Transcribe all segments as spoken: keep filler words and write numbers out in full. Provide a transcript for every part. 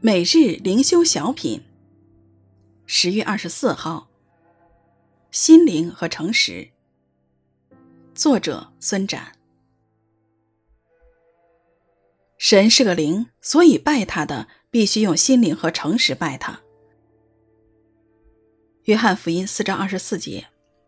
每日灵修小品，十月二十四号，心灵和诚实。作者孙展。神是个灵，所以拜他的必须用心灵和诚实拜他。约翰福音四章二十四节。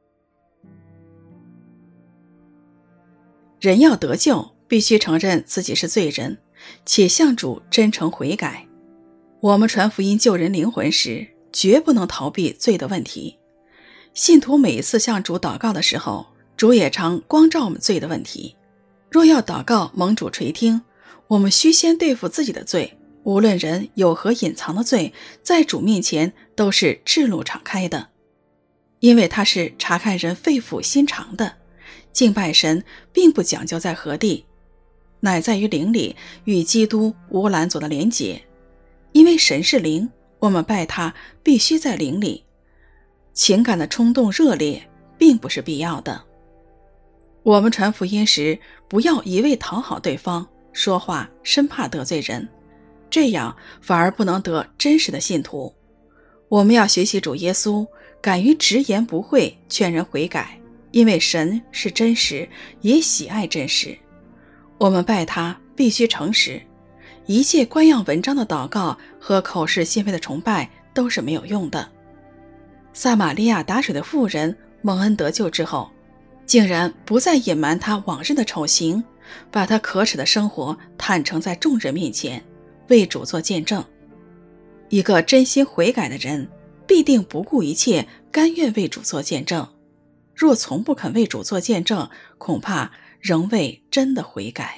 人要得救，必须承认自己是罪人，且向主真诚悔改。我们传福音救人灵魂时，绝不能逃避罪的问题。信徒每一次向主祷告的时候，主也常光照我们罪的问题。若要祷告蒙主垂听，我们须先对付自己的罪，无论人有何隐藏的罪，在主面前都是赤露敞开的。因为他是查看人肺腑心肠的，敬拜神并不讲究在何地，乃在于灵里与基督无拦阻的连结。因为神是灵，我们拜他必须在灵里。情感的冲动热烈并不是必要的。我们传福音时，不要一味讨好对方，说话生怕得罪人，这样反而不能得真实的信徒。我们要学习主耶稣，敢于直言不讳劝人悔改，因为神是真实，也喜爱真实。我们拜他必须诚实，一切官样文章的祷告和口是心非的崇拜都是没有用的。撒玛利亚打水的妇人蒙恩得救之后，竟然不再隐瞒她往日的丑行，把她可耻的生活坦诚在众人面前，为主做见证。一个真心悔改的人，必定不顾一切，甘愿为主做见证。若从不肯为主做见证，恐怕仍未真的悔改。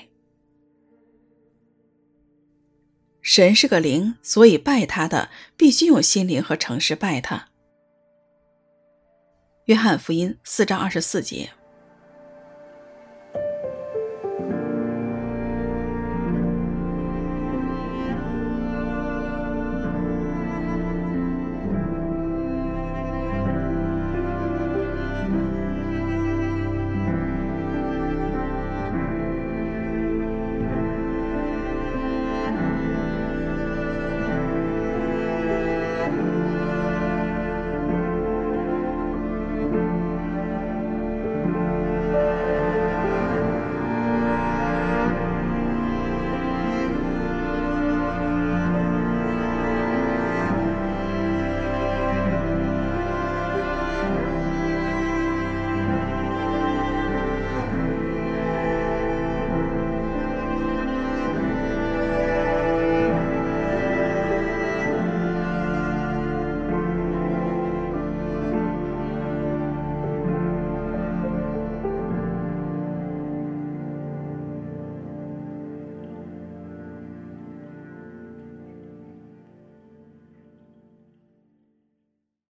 神是个灵，所以拜他的必须用心灵和诚实拜他。约翰福音四章二十四节。